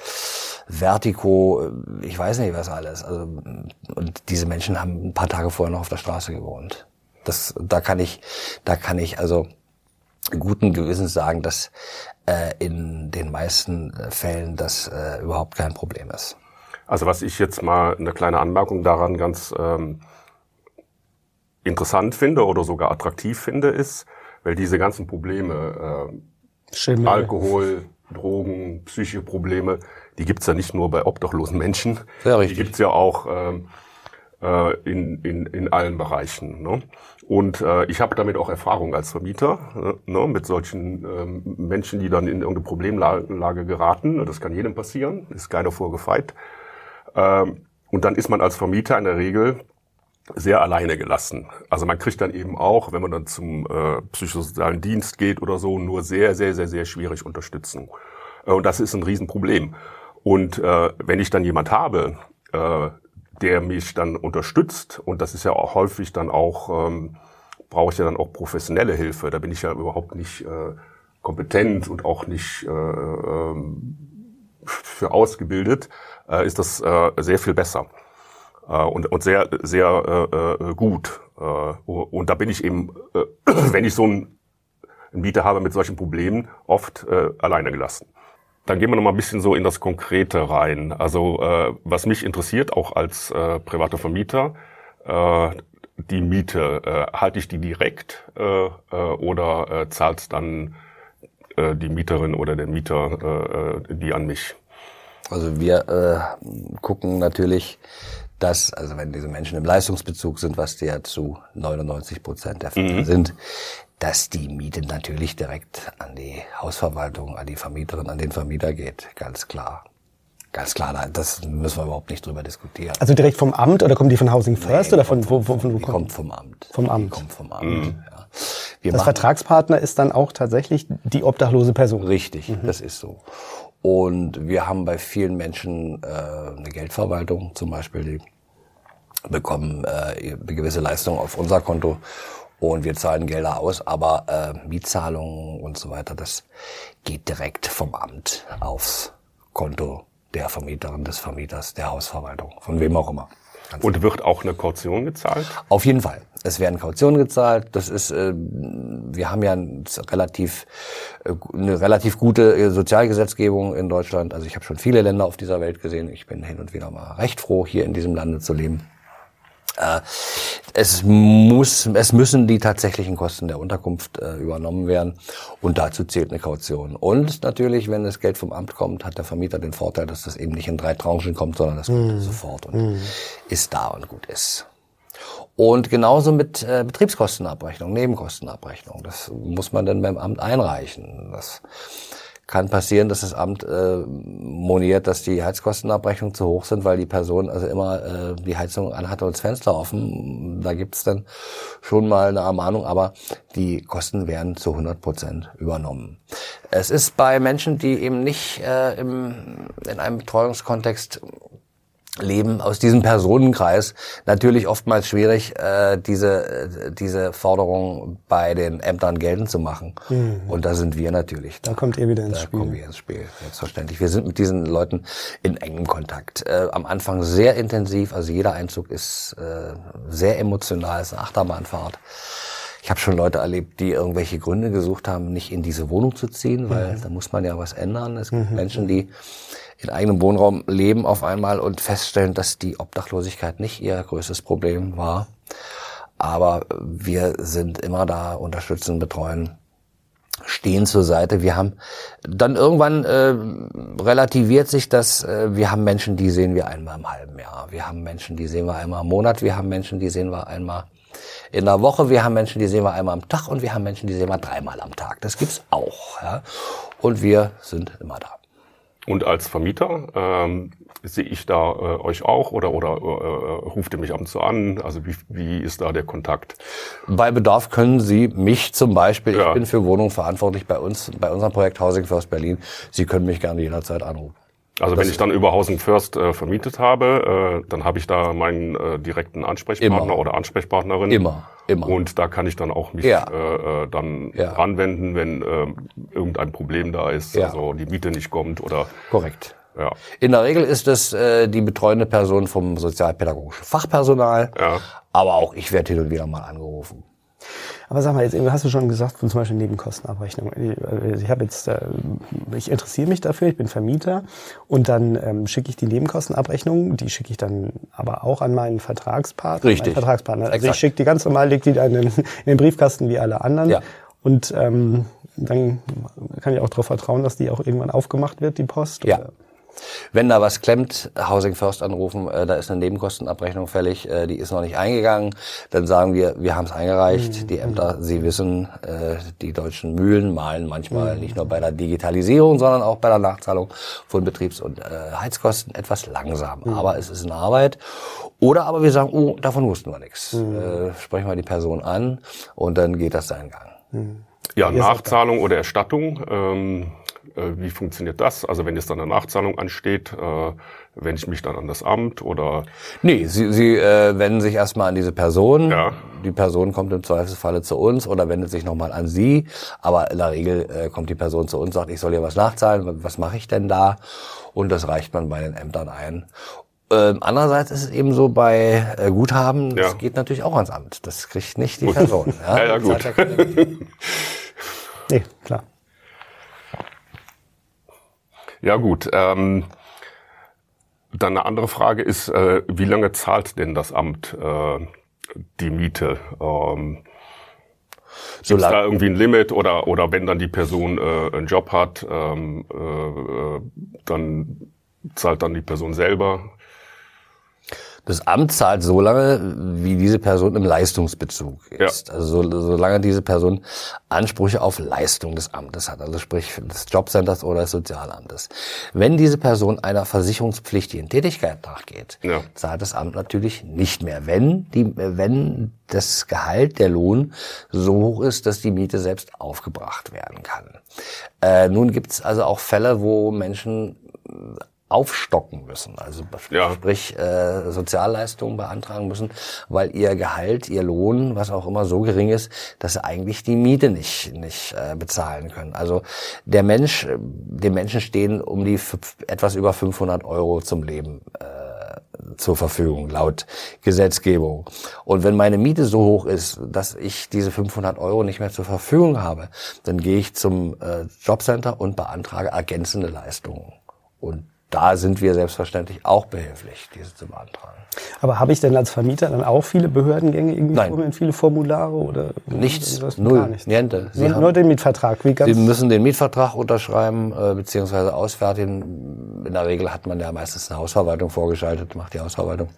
Vertigo, ich weiß nicht was alles. Also, und diese Menschen haben ein paar Tage vorher noch auf der Straße gewohnt. Das, da kann ich, da kann ich also guten Gewissens sagen, dass äh, in den meisten Fällen das äh, überhaupt kein Problem ist. Also was ich jetzt mal eine kleine Anmerkung daran ganz ähm interessant finde oder sogar attraktiv finde, ist, weil diese ganzen Probleme, äh, Alkohol, Drogen, psychische Probleme, die gibt's ja nicht nur bei obdachlosen Menschen, ja, richtig. Die gibt's ja auch ähm, äh, in, in, in allen Bereichen. Ne? Und äh, ich habe damit auch Erfahrung als Vermieter, äh, ne, mit solchen ähm, Menschen, die dann in irgendeine Problemlage geraten. Das kann jedem passieren, ist keiner vorgefeit. Ähm, und dann ist man als Vermieter in der Regel sehr alleine gelassen. Also man kriegt dann eben auch, wenn man dann zum äh, psychosozialen Dienst geht oder so, nur sehr, sehr, sehr, sehr schwierig Unterstützung. Äh, und das ist ein Riesenproblem. Und äh, wenn ich dann jemand habe, äh, der mich dann unterstützt, und das ist ja auch häufig dann auch, ähm, brauche ich ja dann auch professionelle Hilfe. Da bin ich ja überhaupt nicht äh, kompetent und auch nicht äh, ähm, für ausgebildet, äh, ist das äh, sehr viel besser. Und, und sehr, sehr äh, gut. Und da bin ich eben, äh, wenn ich so einen, einen Mieter habe mit solchen Problemen, oft äh, alleine gelassen. dann gehen wir noch mal ein bisschen so in das Konkrete rein. Also äh, was mich interessiert, auch als äh, privater Vermieter, äh, die Miete, äh, halte ich die direkt äh, äh, oder äh, zahlt dann äh, die Mieterin oder der Mieter äh, die an mich? Also wir äh, gucken natürlich, dass, also wenn diese Menschen im Leistungsbezug sind, was die ja zu neunundneunzig Prozent der Fälle mhm. sind, dass die Miete natürlich direkt an die Hausverwaltung, an die Vermieterin, an den Vermieter geht, ganz klar. Ganz klar, das müssen wir überhaupt nicht drüber diskutieren. Also direkt vom Amt oder kommt die von Housing First nee, oder von wo, wo, wo, wo die kommt? vom Amt. Vom Amt. Die kommt vom Amt. Mhm. Ja. Wir das Vertragspartner ist dann auch tatsächlich die obdachlose Person. Richtig, mhm. das ist so. Und wir haben bei vielen Menschen äh, eine Geldverwaltung zum Beispiel, die bekommen äh, eine gewisse Leistung auf unser Konto und wir zahlen Gelder aus, aber äh, Mietzahlungen und so weiter, das geht direkt vom Amt aufs Konto der Vermieterin, des Vermieters, der Hausverwaltung, von wem auch immer. Ganz und wird auch eine Kaution gezahlt? Auf jeden Fall. Es werden Kautionen gezahlt. Das ist, äh, wir haben ja ein relativ, äh, eine relativ gute äh, Sozialgesetzgebung in Deutschland. Also ich habe schon viele Länder auf dieser Welt gesehen. Ich bin hin und wieder mal recht froh, hier in diesem Lande zu leben. Äh, es muss, es müssen die tatsächlichen Kosten der Unterkunft äh, übernommen werden und dazu zählt eine Kaution. Und natürlich, wenn das Geld vom Amt kommt, hat der Vermieter den Vorteil, dass das eben nicht in drei Tranchen kommt, sondern das kommt mm. sofort und mm. ist da und gut ist. Und genauso mit äh, Betriebskostenabrechnung, Nebenkostenabrechnung. Das muss man dann beim Amt einreichen. Das kann passieren, dass das Amt äh, moniert, dass die Heizkostenabrechnungen zu hoch sind, weil die Person also immer äh, die Heizung anhat und das Fenster offen. Da gibt's dann schon mal eine Ermahnung, aber die Kosten werden zu hundert Prozent übernommen. Es ist bei Menschen, die eben nicht äh, im, in einem Betreuungskontext leben, aus diesem Personenkreis, natürlich oftmals schwierig, äh, diese diese Forderung bei den Ämtern geltend zu machen. Mhm. Und da sind wir natürlich. Da, da kommt ihr wieder ins da Spiel. Da kommen wir ins Spiel, selbstverständlich. Wir sind mit diesen Leuten in engem Kontakt. Äh, am Anfang sehr intensiv, also jeder Einzug ist äh, sehr emotional, ist eine Achterbahnfahrt. Ich habe schon Leute erlebt, die irgendwelche Gründe gesucht haben, nicht in diese Wohnung zu ziehen, weil mhm. da muss man ja was ändern. Es gibt mhm. Menschen, die in eigenem Wohnraum leben auf einmal und feststellen, dass die Obdachlosigkeit nicht ihr größtes Problem war. Aber wir sind immer da, unterstützen, betreuen, stehen zur Seite. Wir haben dann irgendwann äh, relativiert sich das, äh, wir haben Menschen, die sehen wir einmal im halben Jahr. Wir haben Menschen, die sehen wir einmal im Monat. Wir haben Menschen, die sehen wir einmal in der Woche. Wir haben Menschen, die sehen wir einmal am Tag und wir haben Menschen, die sehen wir dreimal am Tag. Das gibt's auch. Ja? Und wir sind immer da. Und als Vermieter ähm, sehe ich da äh, euch auch oder oder äh, ruft ihr mich ab und zu an? Also wie wie ist da der Kontakt? Bei Bedarf können Sie mich zum Beispiel, ja. ich bin für Wohnungen verantwortlich bei uns, bei unserem Projekt Housing First Berlin. Sie können mich gerne jederzeit anrufen. Also das wenn ich dann über Housing First äh, vermietet habe, äh, dann habe ich da meinen äh, direkten Ansprechpartner immer. oder Ansprechpartnerin. Immer, immer. Und da kann ich dann auch mich ja. äh, dann ja. ranwenden, wenn äh, irgendein Problem da ist, ja. also die Miete nicht kommt oder. Korrekt. Ja. In der Regel ist es äh, die betreuende Person vom sozialpädagogischen Fachpersonal, ja. aber auch ich werde hin und wieder mal angerufen. Aber sag mal, jetzt hast du schon gesagt, zum Beispiel Nebenkostenabrechnung. Ich, ich habe jetzt, ich interessiere mich dafür, ich bin Vermieter und dann ähm, schicke ich die Nebenkostenabrechnung, die schicke ich dann aber auch an meinen Vertragspartner. Richtig. Meinen Vertragspartner. Also ich schicke die ganz normal, leg die dann in, in den Briefkasten wie alle anderen. Ja. Und ähm, dann kann ich auch darauf vertrauen, dass die auch irgendwann aufgemacht wird, die Post. Ja. Oder? Wenn da was klemmt, Housing First anrufen, äh, da ist eine Nebenkostenabrechnung fällig, äh, die ist noch nicht eingegangen, dann sagen wir, wir haben es eingereicht, mhm. die Ämter, Sie wissen, äh, die deutschen Mühlen mahlen manchmal mhm. nicht nur bei der Digitalisierung, sondern auch bei der Nachzahlung von Betriebs- und äh, Heizkosten etwas langsam, mhm. aber es ist eine Arbeit. Oder aber wir sagen, oh, davon wussten wir nichts. Mhm. Äh, sprechen wir die Person an und dann geht das seinen Gang. Mhm. Ja, Nachzahlung oder Erstattung, ähm, äh, wie funktioniert das? Also wenn jetzt dann eine Nachzahlung ansteht, äh, wende ich mich dann an das Amt oder? Nee, Sie, Sie äh, wenden sich erstmal an diese Person. Ja. Die Person kommt im Zweifelsfalle zu uns oder wendet sich nochmal an Sie. Aber in der Regel äh, kommt die Person zu uns, sagt, ich soll hier was nachzahlen, was mache ich denn da? Und das reicht man bei den Ämtern ein. Ähm, andererseits ist es eben so bei äh, Guthaben, ja. das geht natürlich auch ans Amt. Das kriegt nicht die gut. Person. Ja, ja, ja gut. Nee, klar. Ja gut, ähm, dann eine andere Frage ist, äh, wie lange zahlt denn das Amt äh, die Miete? Ähm, Gibt es da irgendwie ein Limit oder oder wenn dann die Person äh, einen Job hat, ähm, äh, dann zahlt dann die Person selber? Das Amt zahlt so lange, wie diese Person im Leistungsbezug ist. Ja. Also so, solange diese Person Ansprüche auf Leistung des Amtes hat, also sprich des Jobcenters oder des Sozialamtes. Wenn diese Person einer versicherungspflichtigen Tätigkeit nachgeht, ja. zahlt das Amt natürlich nicht mehr. Wenn die, wenn das Gehalt, der Lohn so hoch ist, dass die Miete selbst aufgebracht werden kann. Äh, nun gibt's also auch Fälle, wo Menschen aufstocken müssen, also ja. sprich äh, Sozialleistungen beantragen müssen, weil ihr Gehalt, ihr Lohn, was auch immer, so gering ist, dass sie eigentlich die Miete nicht nicht äh, bezahlen können. Also der Mensch, dem Menschen stehen um die f- etwas über fünfhundert Euro zum Leben äh, zur Verfügung, laut Gesetzgebung. Und wenn meine Miete so hoch ist, dass ich diese fünfhundert Euro nicht mehr zur Verfügung habe, dann gehe ich zum äh, Jobcenter und beantrage ergänzende Leistungen. Und da sind wir selbstverständlich auch behilflich, diese zu beantragen. Aber habe ich denn als Vermieter dann auch viele Behördengänge irgendwie Nein. vor mir, viele Formulare oder nichts, null, nichts? niente. Sie nur, nur den Mietvertrag. Wie ganz Sie müssen den Mietvertrag unterschreiben äh, beziehungsweise ausfertigen. In der Regel hat man ja meistens eine Hausverwaltung vorgeschaltet, macht die Hausverwaltung.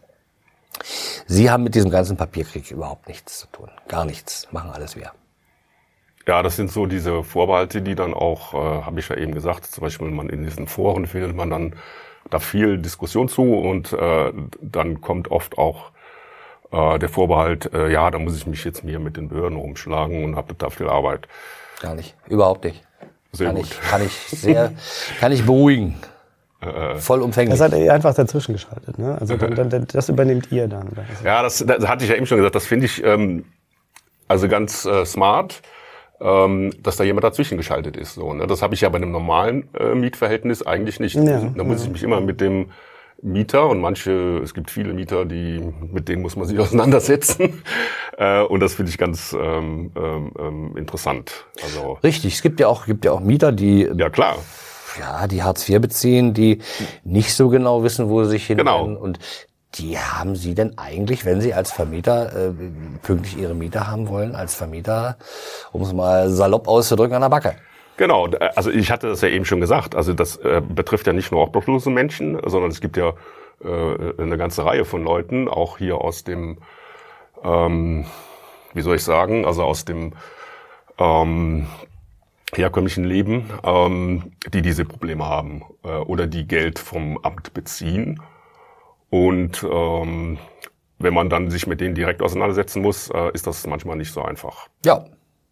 Sie haben mit diesem ganzen Papierkrieg überhaupt nichts zu tun, gar nichts, machen alles wir. Ja, das sind so diese Vorbehalte, die dann auch, äh, habe ich ja eben gesagt, zum Beispiel man in diesen Foren findet man dann da viel Diskussion zu und äh, dann kommt oft auch äh, der Vorbehalt, äh, ja, da muss ich mich jetzt mehr mit den Behörden rumschlagen und habe da viel Arbeit. Gar nicht, überhaupt nicht. Sehr kann gut. Ich, kann ich sehr, kann ich beruhigen. Äh, Vollumfänglich. Das hat er einfach dazwischen geschaltet, ne? Also dann, dann, das übernehmt ihr dann. Ja, das, das hatte ich ja eben schon gesagt, das finde ich ähm, also ganz äh, smart. Dass da jemand dazwischen geschaltet ist. So, ne? Das habe ich ja bei einem normalen äh, Mietverhältnis eigentlich nicht. Ja, da muss ja. ich mich immer mit dem Mieter und manche, es gibt viele Mieter, die mit denen muss man sich auseinandersetzen. äh, und das finde ich ganz ähm, ähm, interessant. Also richtig, es gibt ja auch gibt ja auch Mieter, die ja klar. Ja, die Hartz vier beziehen, die nicht so genau wissen, wo sie sich hinwenden. Genau. Und die haben Sie denn eigentlich, wenn Sie als Vermieter äh, pünktlich Ihre Miete haben wollen, als Vermieter, um es mal salopp auszudrücken, an der Backe? Genau, also ich hatte das ja eben schon gesagt, also das äh, betrifft ja nicht nur obdachlose Menschen, sondern es gibt ja äh, eine ganze Reihe von Leuten, auch hier aus dem, ähm, wie soll ich sagen, also aus dem ähm, herkömmlichen Leben, ähm, die diese Probleme haben äh, oder die Geld vom Amt beziehen. Und ähm, wenn man dann sich mit denen direkt auseinandersetzen muss, äh, ist das manchmal nicht so einfach. Ja.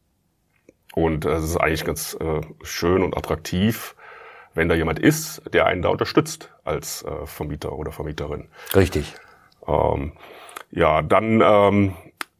Und äh, es ist eigentlich ganz äh, schön und attraktiv, wenn da jemand ist, der einen da unterstützt als äh, Vermieter oder Vermieterin. Richtig. Ähm, ja, dann, ähm,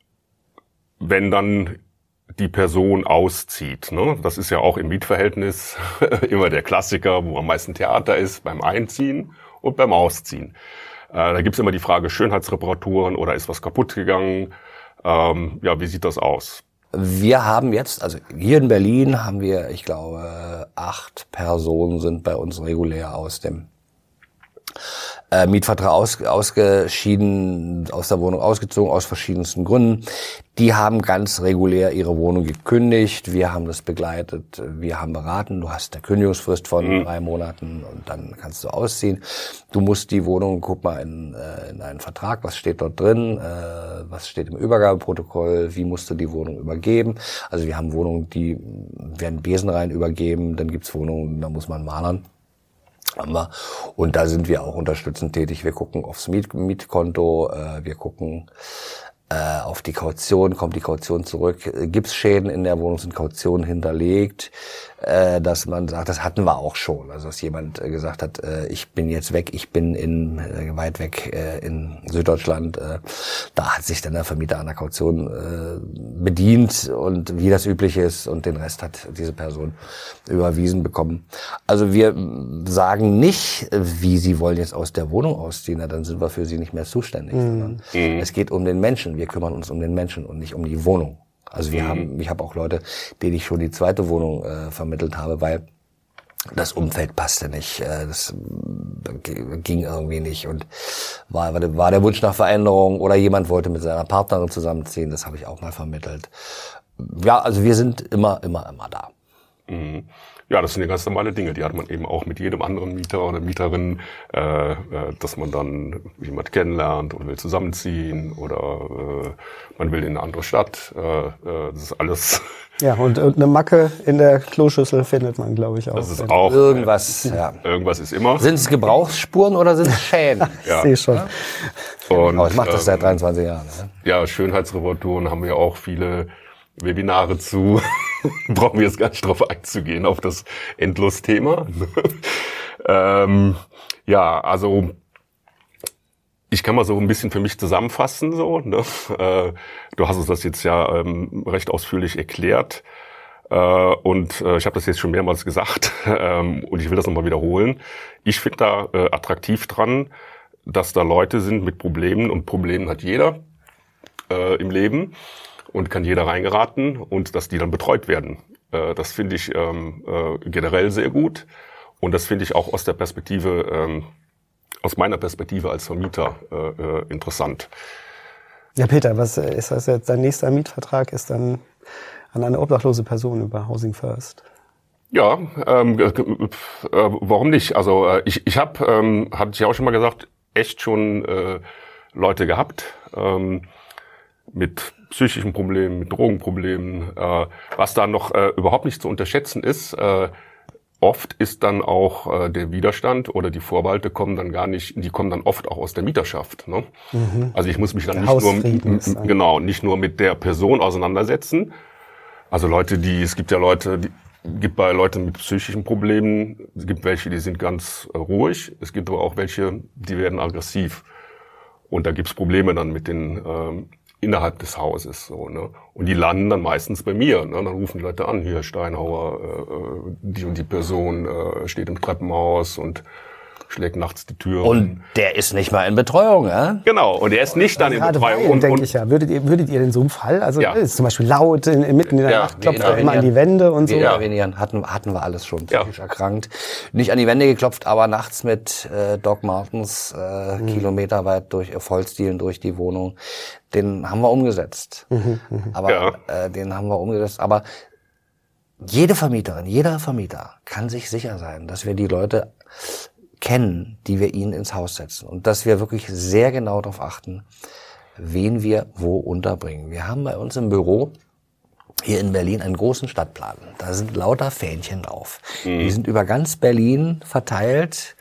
wenn dann die Person auszieht, ne? Das ist ja auch im Mietverhältnis immer der Klassiker, wo am meisten Theater ist, beim Einziehen und beim Ausziehen. Äh, da gibt's immer die Frage Schönheitsreparaturen oder ist was kaputt gegangen. Ähm, ja, wie sieht das aus? Wir haben jetzt, also hier in Berlin haben wir, ich glaube, acht Personen sind bei uns regulär aus dem äh, Mietvertrag aus, ausgeschieden, aus der Wohnung ausgezogen, aus verschiedensten Gründen. Die haben ganz regulär ihre Wohnung gekündigt. Wir haben das begleitet, wir haben beraten. Du hast eine Kündigungsfrist von mhm. drei Monaten und dann kannst du ausziehen. Du musst die Wohnung, guck mal in, äh, in einen Vertrag, was steht dort drin, äh, was steht im Übergabeprotokoll, wie musst du die Wohnung übergeben. Also wir haben Wohnungen, die werden besenrein übergeben, dann gibt's Wohnungen, da muss man malern. Und da sind wir auch unterstützend tätig. Wir gucken aufs Miet- Mietkonto, äh, wir gucken äh, auf die Kaution, kommt die Kaution zurück, gibt's Schäden in der Wohnung, sind Kautionen hinterlegt, äh, dass man sagt, das hatten wir auch schon. Also dass jemand äh, gesagt hat, äh, ich bin jetzt weg, ich bin in äh, weit weg äh, in Süddeutschland. Äh, da hat sich dann der Vermieter an der Kaution äh, bedient und wie das üblich ist und den Rest hat diese Person überwiesen bekommen. Also wir sagen nicht, wie sie wollen jetzt aus der Wohnung ausziehen, na, dann sind wir für sie nicht mehr zuständig. Mhm. Es geht um den Menschen. Wir kümmern uns um den Menschen und nicht um die Wohnung. Also wir mhm. haben, ich habe auch Leute, denen ich schon die zweite Wohnung äh, vermittelt habe, weil das Umfeld passte nicht, das ging irgendwie nicht und war, war der Wunsch nach Veränderung oder jemand wollte mit seiner Partnerin zusammenziehen, das habe ich auch mal vermittelt. Ja, also wir sind immer, immer, immer da. Mhm. Ja, das sind ja ganz normale Dinge, die hat man eben auch mit jedem anderen Mieter oder Mieterin, äh, dass man dann jemand kennenlernt und will zusammenziehen oder äh, man will in eine andere Stadt. Äh, das ist alles. Ja, und, und eine Macke in der Kloschüssel findet man, glaube ich, auch. Das ist auch irgendwas. Ja. Irgendwas ist immer. Sind es Gebrauchsspuren oder sind es Schäden? Ja. Ich sehe schon. Ja? Und, aber ich mache das seit dreiundzwanzig Jahren. Ne? Ja, Schönheitsreparaturen haben wir auch viele Webinare zu. Brauchen wir jetzt gar nicht drauf einzugehen, auf das Endlos-Thema. ähm, ja, also ich kann mal so ein bisschen für mich zusammenfassen. So, ne? äh, du hast uns das jetzt ja ähm, recht ausführlich erklärt. Äh, und äh, ich habe das jetzt schon mehrmals gesagt ähm, und ich will das nochmal wiederholen. Ich finde da äh, attraktiv dran, dass da Leute sind mit Problemen und Problemen hat jeder äh, im Leben. Und kann jeder reingeraten und dass die dann betreut werden. Äh, das finde ich ähm, äh, generell sehr gut und das finde ich auch aus der Perspektive, ähm, aus meiner Perspektive als Vermieter äh, äh, interessant. Ja, Peter, was ist das jetzt? Dein nächster Mietvertrag ist dann an eine obdachlose Person über Housing First. Ja, ähm, äh, warum nicht? Also äh, ich, ich habe, ähm, hatte ich ja auch schon mal gesagt, echt schon äh, Leute gehabt ähm, mit psychischen Problemen, mit Drogenproblemen, äh, was da noch äh, überhaupt nicht zu unterschätzen ist. Äh, oft ist dann auch äh, der Widerstand oder die Vorbehalte kommen dann gar nicht, die kommen dann oft auch aus der Mieterschaft. Ne? Mhm. Also ich muss mich dann der nicht nur, m- genau, nicht nur mit der Person auseinandersetzen. Also Leute, die, es gibt ja Leute, die gibt bei Leuten mit psychischen Problemen, es gibt welche, die sind ganz äh, ruhig, es gibt aber auch welche, die werden aggressiv. Und da gibt's Probleme dann mit den ähm, innerhalb des Hauses, so, ne? Und die landen dann meistens bei mir, ne? Dann rufen die Leute an, hier Steinhauer, äh, die und die Person äh, steht im Treppenhaus und schlägt nachts die Tür. Und der ist nicht mal in Betreuung, ja? Genau, und er ist nicht dann in Gerade Betreuung. Weil, und, denke und, ich ja. Würdet ihr, würdet ihr in so einem Fall, also ja. ist zum Beispiel laut, in, mitten in der Ja, Nacht klopft wir er immer an die Wände und so. Wir intervenieren, hatten, hatten wir alles schon, psychisch ja. erkrankt. Nicht an die Wände geklopft, aber nachts mit äh, Doc Martens äh, mhm. kilometerweit durch äh, Vollstielen durch die Wohnung. Den haben wir umgesetzt. Mhm, aber ja. äh, den haben wir umgesetzt. Aber jede Vermieterin, jeder Vermieter kann sich sicher sein, dass wir die Leute kennen, die wir ihnen ins Haus setzen. Und dass wir wirklich sehr genau darauf achten, wen wir wo unterbringen. Wir haben bei uns im Büro hier in Berlin einen großen Stadtplan. Da sind lauter Fähnchen drauf. Mhm. Die sind über ganz Berlin verteilt.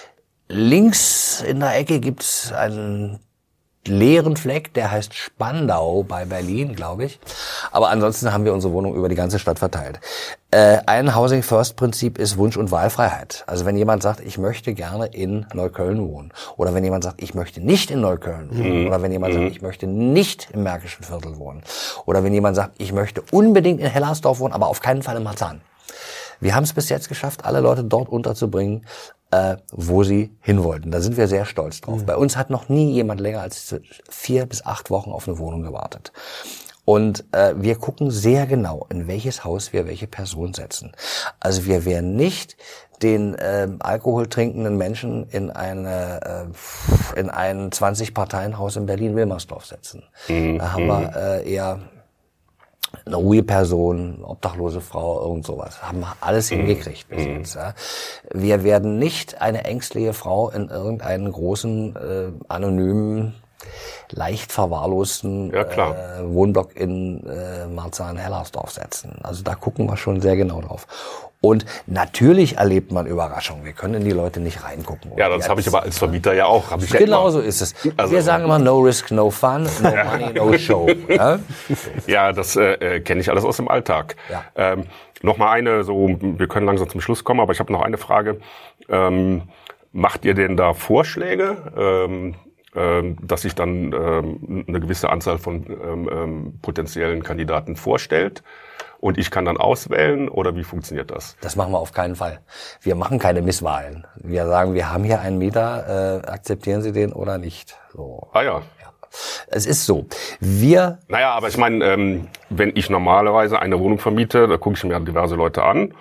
Links in der Ecke gibt's einen leeren Fleck, der heißt Spandau bei Berlin, glaube ich. Aber ansonsten haben wir unsere Wohnung über die ganze Stadt verteilt. Äh, ein Housing First Prinzip ist Wunsch- und Wahlfreiheit. Also wenn jemand sagt, ich möchte gerne in Neukölln wohnen, oder wenn jemand sagt, ich möchte nicht in Neukölln wohnen, mhm. oder wenn jemand mhm. sagt, ich möchte nicht im Märkischen Viertel wohnen, oder wenn jemand sagt, ich möchte unbedingt in Hellersdorf wohnen, aber auf keinen Fall in Marzahn. Wir haben es bis jetzt geschafft, alle Leute dort unterzubringen, äh, wo sie hin wollten. Da sind wir sehr stolz drauf. Mhm. Bei uns hat noch nie jemand länger als vier bis acht Wochen auf eine Wohnung gewartet. Und äh, wir gucken sehr genau, in welches Haus wir welche Person setzen. Also wir werden nicht den äh, Alkohol trinkenden Menschen in eine äh, in ein zwanzig-Parteien-Haus in Berlin-Wilmersdorf setzen. Mhm. Da haben wir äh, eher eine ruhige Person, eine obdachlose Frau, irgend sowas. Haben wir alles mhm. hingekriegt bis mhm. jetzt. Ja. Wir werden nicht eine ängstliche Frau in irgendeinen großen, äh, anonymen, leicht verwahrlosten ja, äh, Wohnblock in äh, Marzahn-Hellersdorf setzen. Also da gucken wir schon sehr genau drauf. Und natürlich erlebt man Überraschungen. Wir können in die Leute nicht reingucken. Ja, das habe ich aber als Vermieter ja auch. Hab ich genau ja so ist es. Also, wir sagen immer, no risk, no fun, no money, no show. Ja, ja das äh, kenne ich alles aus dem Alltag. Ja. Ähm, noch mal eine, so wir können langsam zum Schluss kommen, aber ich habe noch eine Frage. Ähm, macht ihr denn da Vorschläge? Ähm, dass sich dann ähm, eine gewisse Anzahl von ähm, ähm, potenziellen Kandidaten vorstellt und ich kann dann auswählen oder wie funktioniert das? Das machen wir auf keinen Fall. Wir machen keine Misswahlen. Wir sagen, wir haben hier einen Mieter, äh, akzeptieren Sie den oder nicht? So. Ah ja. ja. Es ist so. Wir. Naja, aber ich meine, ähm, wenn ich normalerweise eine Wohnung vermiete, da gucke ich mir diverse Leute an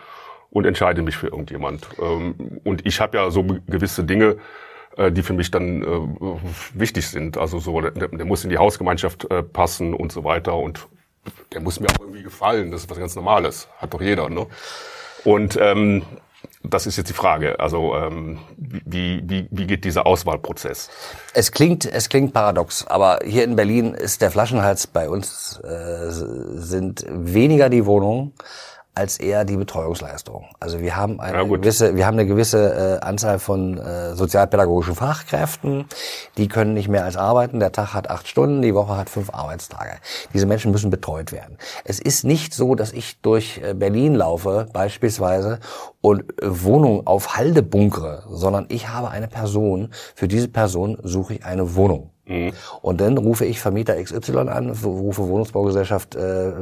und entscheide mich für irgendjemand. Ähm, und ich habe ja so gewisse Dinge, äh, die für mich dann äh, wichtig sind. Also so, der, der muss in die Hausgemeinschaft äh, passen und so weiter und der muss mir auch irgendwie gefallen. Das ist was ganz Normales. Hat doch jeder, ne? Und ähm, das ist jetzt die Frage. Also ähm, wie, wie, wie geht dieser Auswahlprozess? Es klingt, es klingt paradox, aber hier in Berlin ist der Flaschenhals bei uns, äh, sind weniger die Wohnungen als eher die Betreuungsleistung. Also wir haben eine ja, gewisse, wir haben eine gewisse äh, Anzahl von äh, sozialpädagogischen Fachkräften, die können nicht mehr als arbeiten. Der Tag hat acht Stunden, die Woche hat fünf Arbeitstage. Diese Menschen müssen betreut werden. Es ist nicht so, dass ich durch äh, Berlin laufe beispielsweise und äh, Wohnungen auf Halde bunkere, sondern ich habe eine Person, für diese Person suche ich eine Wohnung. Und dann rufe ich Vermieter X Y an, rufe Wohnungsbaugesellschaft äh,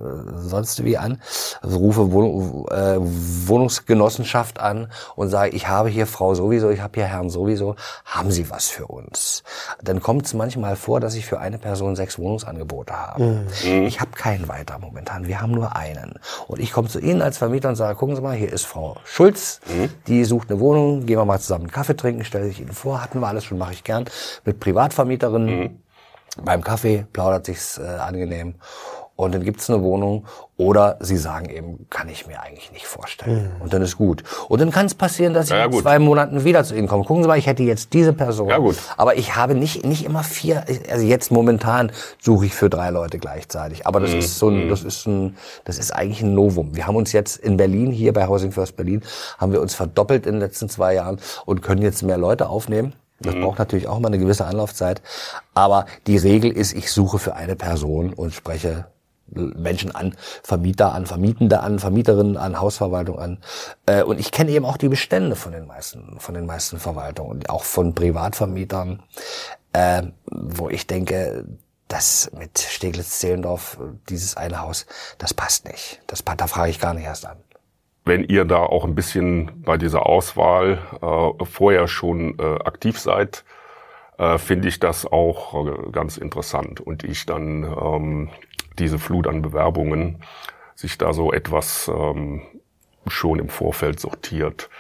sonst wie an, rufe Wohn äh, Wohnungsgenossenschaft an und sage, ich habe hier Frau sowieso, ich habe hier Herrn sowieso, haben Sie was für uns? Dann kommt es manchmal vor, dass ich für eine Person sechs Wohnungsangebote habe. Mhm. Ich habe keinen weiter momentan, wir haben nur einen. Und ich komme zu Ihnen als Vermieter und sage, gucken Sie mal, hier ist Frau Schulz, mhm. die sucht eine Wohnung, gehen wir mal zusammen einen Kaffee trinken, stelle ich Ihnen vor, hatten wir alles schon, mache ich gern, mit Privatvermietern. Mhm. Beim Kaffee plaudert sich's äh, angenehm und dann gibt's eine Wohnung oder sie sagen eben, kann ich mir eigentlich nicht vorstellen. Mhm. Und dann ist gut. Und dann kann es passieren, dass ich ja, in zwei Monaten wieder zu Ihnen komme. Gucken Sie mal, ich hätte jetzt diese Person. Ja, gut. Aber ich habe nicht nicht immer vier, also jetzt momentan suche ich für drei Leute gleichzeitig. Aber das mhm. ist so ein, das ist ein, das ist eigentlich ein Novum. Wir haben uns jetzt in Berlin, hier bei Housing First Berlin, haben wir uns verdoppelt in den letzten zwei Jahren und können jetzt mehr Leute aufnehmen. Das mhm. braucht natürlich auch mal eine gewisse Anlaufzeit. Aber die Regel ist, ich suche für eine Person und spreche Menschen an, Vermieter an, Vermietende an, Vermieterinnen an, Hausverwaltung an. Und ich kenne eben auch die Bestände von den meisten, von den meisten Verwaltungen und auch von Privatvermietern, äh, wo ich denke, das mit Steglitz-Zehlendorf, dieses eine Haus, das passt nicht. Das, da frage ich gar nicht erst an. Wenn ihr da auch ein bisschen bei dieser Auswahl äh, vorher schon äh, aktiv seid, äh, finde ich das auch äh, ganz interessant. Und ich dann ähm, diese Flut an Bewerbungen sich da so etwas ähm, schon im Vorfeld sortiert.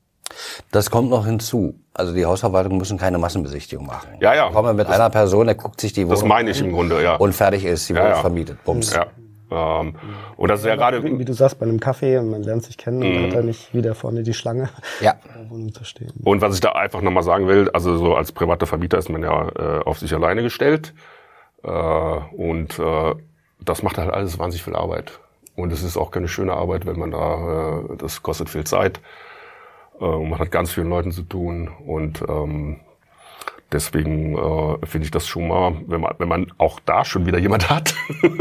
Das kommt noch hinzu. Also die Hausverwaltungen müssen keine Massenbesichtigung machen. Ja, ja. Kommen wir mit das, einer Person, der guckt sich die Wohnung an. Das meine ich im Grunde, ja. Und fertig ist, die Wohnung ja, ja. vermietet. Bums. Ja. Ähm, und das ist ja gerade, wie du sagst, bei einem Kaffee und man lernt sich kennen und mm. hat da nicht wieder vorne die Schlange, ja. in der Wohnung zu stehen. Und was ich da einfach nochmal sagen will, also so als privater Vermieter ist man ja äh, auf sich alleine gestellt äh, und äh, das macht halt alles wahnsinnig viel Arbeit. Und es ist auch keine schöne Arbeit, wenn man da, äh, das kostet viel Zeit äh, und man hat ganz vielen Leuten zu tun und ähm, deswegen äh, finde ich das schon mal, wenn man, wenn man auch da schon wieder jemand hat.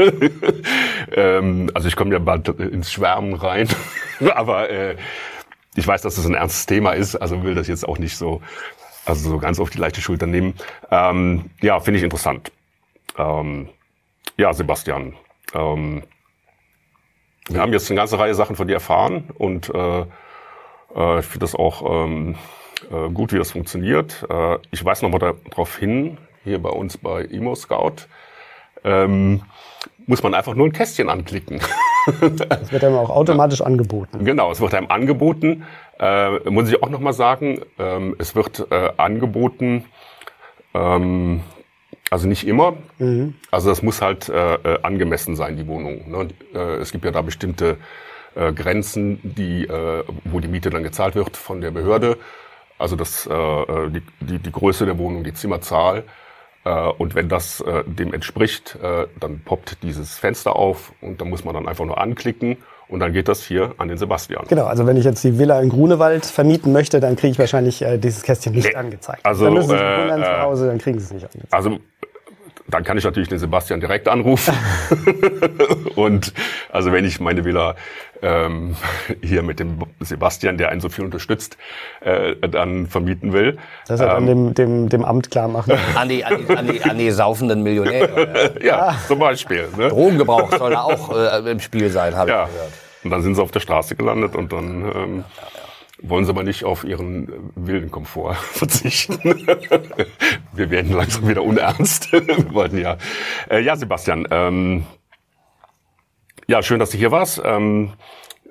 ähm, also ich komme ja bald ins Schwärmen rein, aber äh, ich weiß, dass das ein ernstes Thema ist, also will das jetzt auch nicht so, also so ganz auf die leichte Schulter nehmen. Ähm, ja, finde ich interessant. Ähm, ja, Sebastian, ähm, wir haben jetzt eine ganze Reihe Sachen von dir erfahren und äh, äh, ich finde das auch ähm, gut, wie das funktioniert. Ich weise nochmal darauf hin, hier bei uns bei ImmoScout, ähm, muss man einfach nur ein Kästchen anklicken. Das wird einem auch automatisch angeboten. Genau, es wird einem angeboten. Äh, muss ich auch nochmal sagen, ähm, es wird äh, angeboten, ähm, also nicht immer. Mhm. Also das muss halt äh, angemessen sein, die Wohnung. Ne? Äh, es gibt ja da bestimmte äh, Grenzen, die, äh, wo die Miete dann gezahlt wird von der Behörde. Also das, äh, die, die, die Größe der Wohnung, die Zimmerzahl. Äh, und wenn das äh, dem entspricht, äh, dann poppt dieses Fenster auf und dann muss man dann einfach nur anklicken und dann geht das hier an den Sebastian. Genau, also wenn ich jetzt die Villa in Grunewald vermieten möchte, dann kriege ich wahrscheinlich äh, dieses Kästchen nicht nee. angezeigt. Also, dann müssen Sie äh, wundern zu Hause, dann kriegen Sie es nicht angezeigt. Also dann kann ich natürlich den Sebastian direkt anrufen. Und also wenn ich meine Villa ähm, hier mit dem Sebastian, der einen so viel unterstützt, äh, dann vermieten will. Das er dann ähm, dem, dem, dem Amt klar machen. An die, an die, an die, an die saufenden Millionäre. Ja, ja, zum Beispiel. Ne? Drogengebrauch soll da auch äh, im Spiel sein, habe ja. ich gehört. Und dann sind sie auf der Straße gelandet und dann ähm, wollen sie aber nicht auf ihren wilden Komfort verzichten. Wir werden langsam wieder unernst. Wir wollten ja. Äh, ja, Sebastian. Ähm, ja, schön, dass du hier warst. Ähm,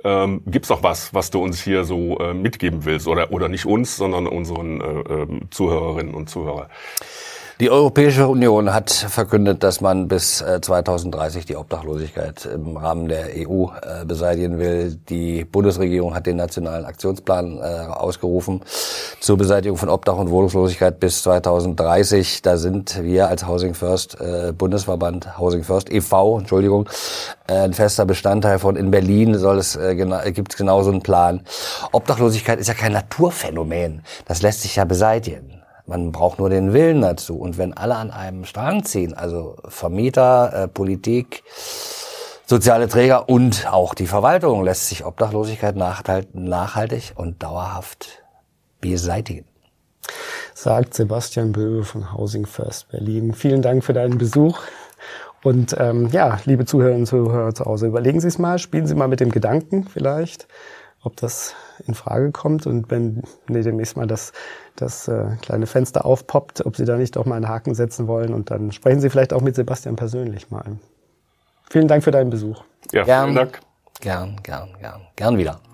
Ähm, gibt's noch was, was du uns hier so äh, mitgeben willst? Oder, oder nicht uns, sondern unseren äh, Zuhörerinnen und Zuhörer? Die Europäische Union hat verkündet, dass man bis zweitausenddreißig die Obdachlosigkeit im Rahmen der E U äh, beseitigen will. Die Bundesregierung hat den nationalen Aktionsplan äh, ausgerufen zur Beseitigung von Obdach und Wohnungslosigkeit bis zweitausenddreißig. Da sind wir als Housing First äh, Bundesverband, Housing First e V, Entschuldigung, äh, ein fester Bestandteil von. In Berlin soll es äh, gena- gibt es genauso einen Plan. Obdachlosigkeit ist ja kein Naturphänomen. Das lässt sich ja beseitigen. Man braucht nur den Willen dazu. Und wenn alle an einem Strang ziehen, also Vermieter, äh, Politik, soziale Träger und auch die Verwaltung, lässt sich Obdachlosigkeit nachhaltig und dauerhaft beseitigen. Sagt Sebastian Böwe von Housing First Berlin. Vielen Dank für deinen Besuch. Und ähm, ja, liebe Zuhörerinnen und Zuhörer zu Hause, überlegen Sie es mal, spielen Sie mal mit dem Gedanken vielleicht, ob das in Frage kommt, und wenn nee, demnächst mal das, das äh, kleine Fenster aufpoppt, ob Sie da nicht auch mal einen Haken setzen wollen, und dann sprechen Sie vielleicht auch mit Sebastian persönlich mal. Vielen Dank für deinen Besuch. Ja, gern, vielen Dank. Gern, gern, gern, gern wieder.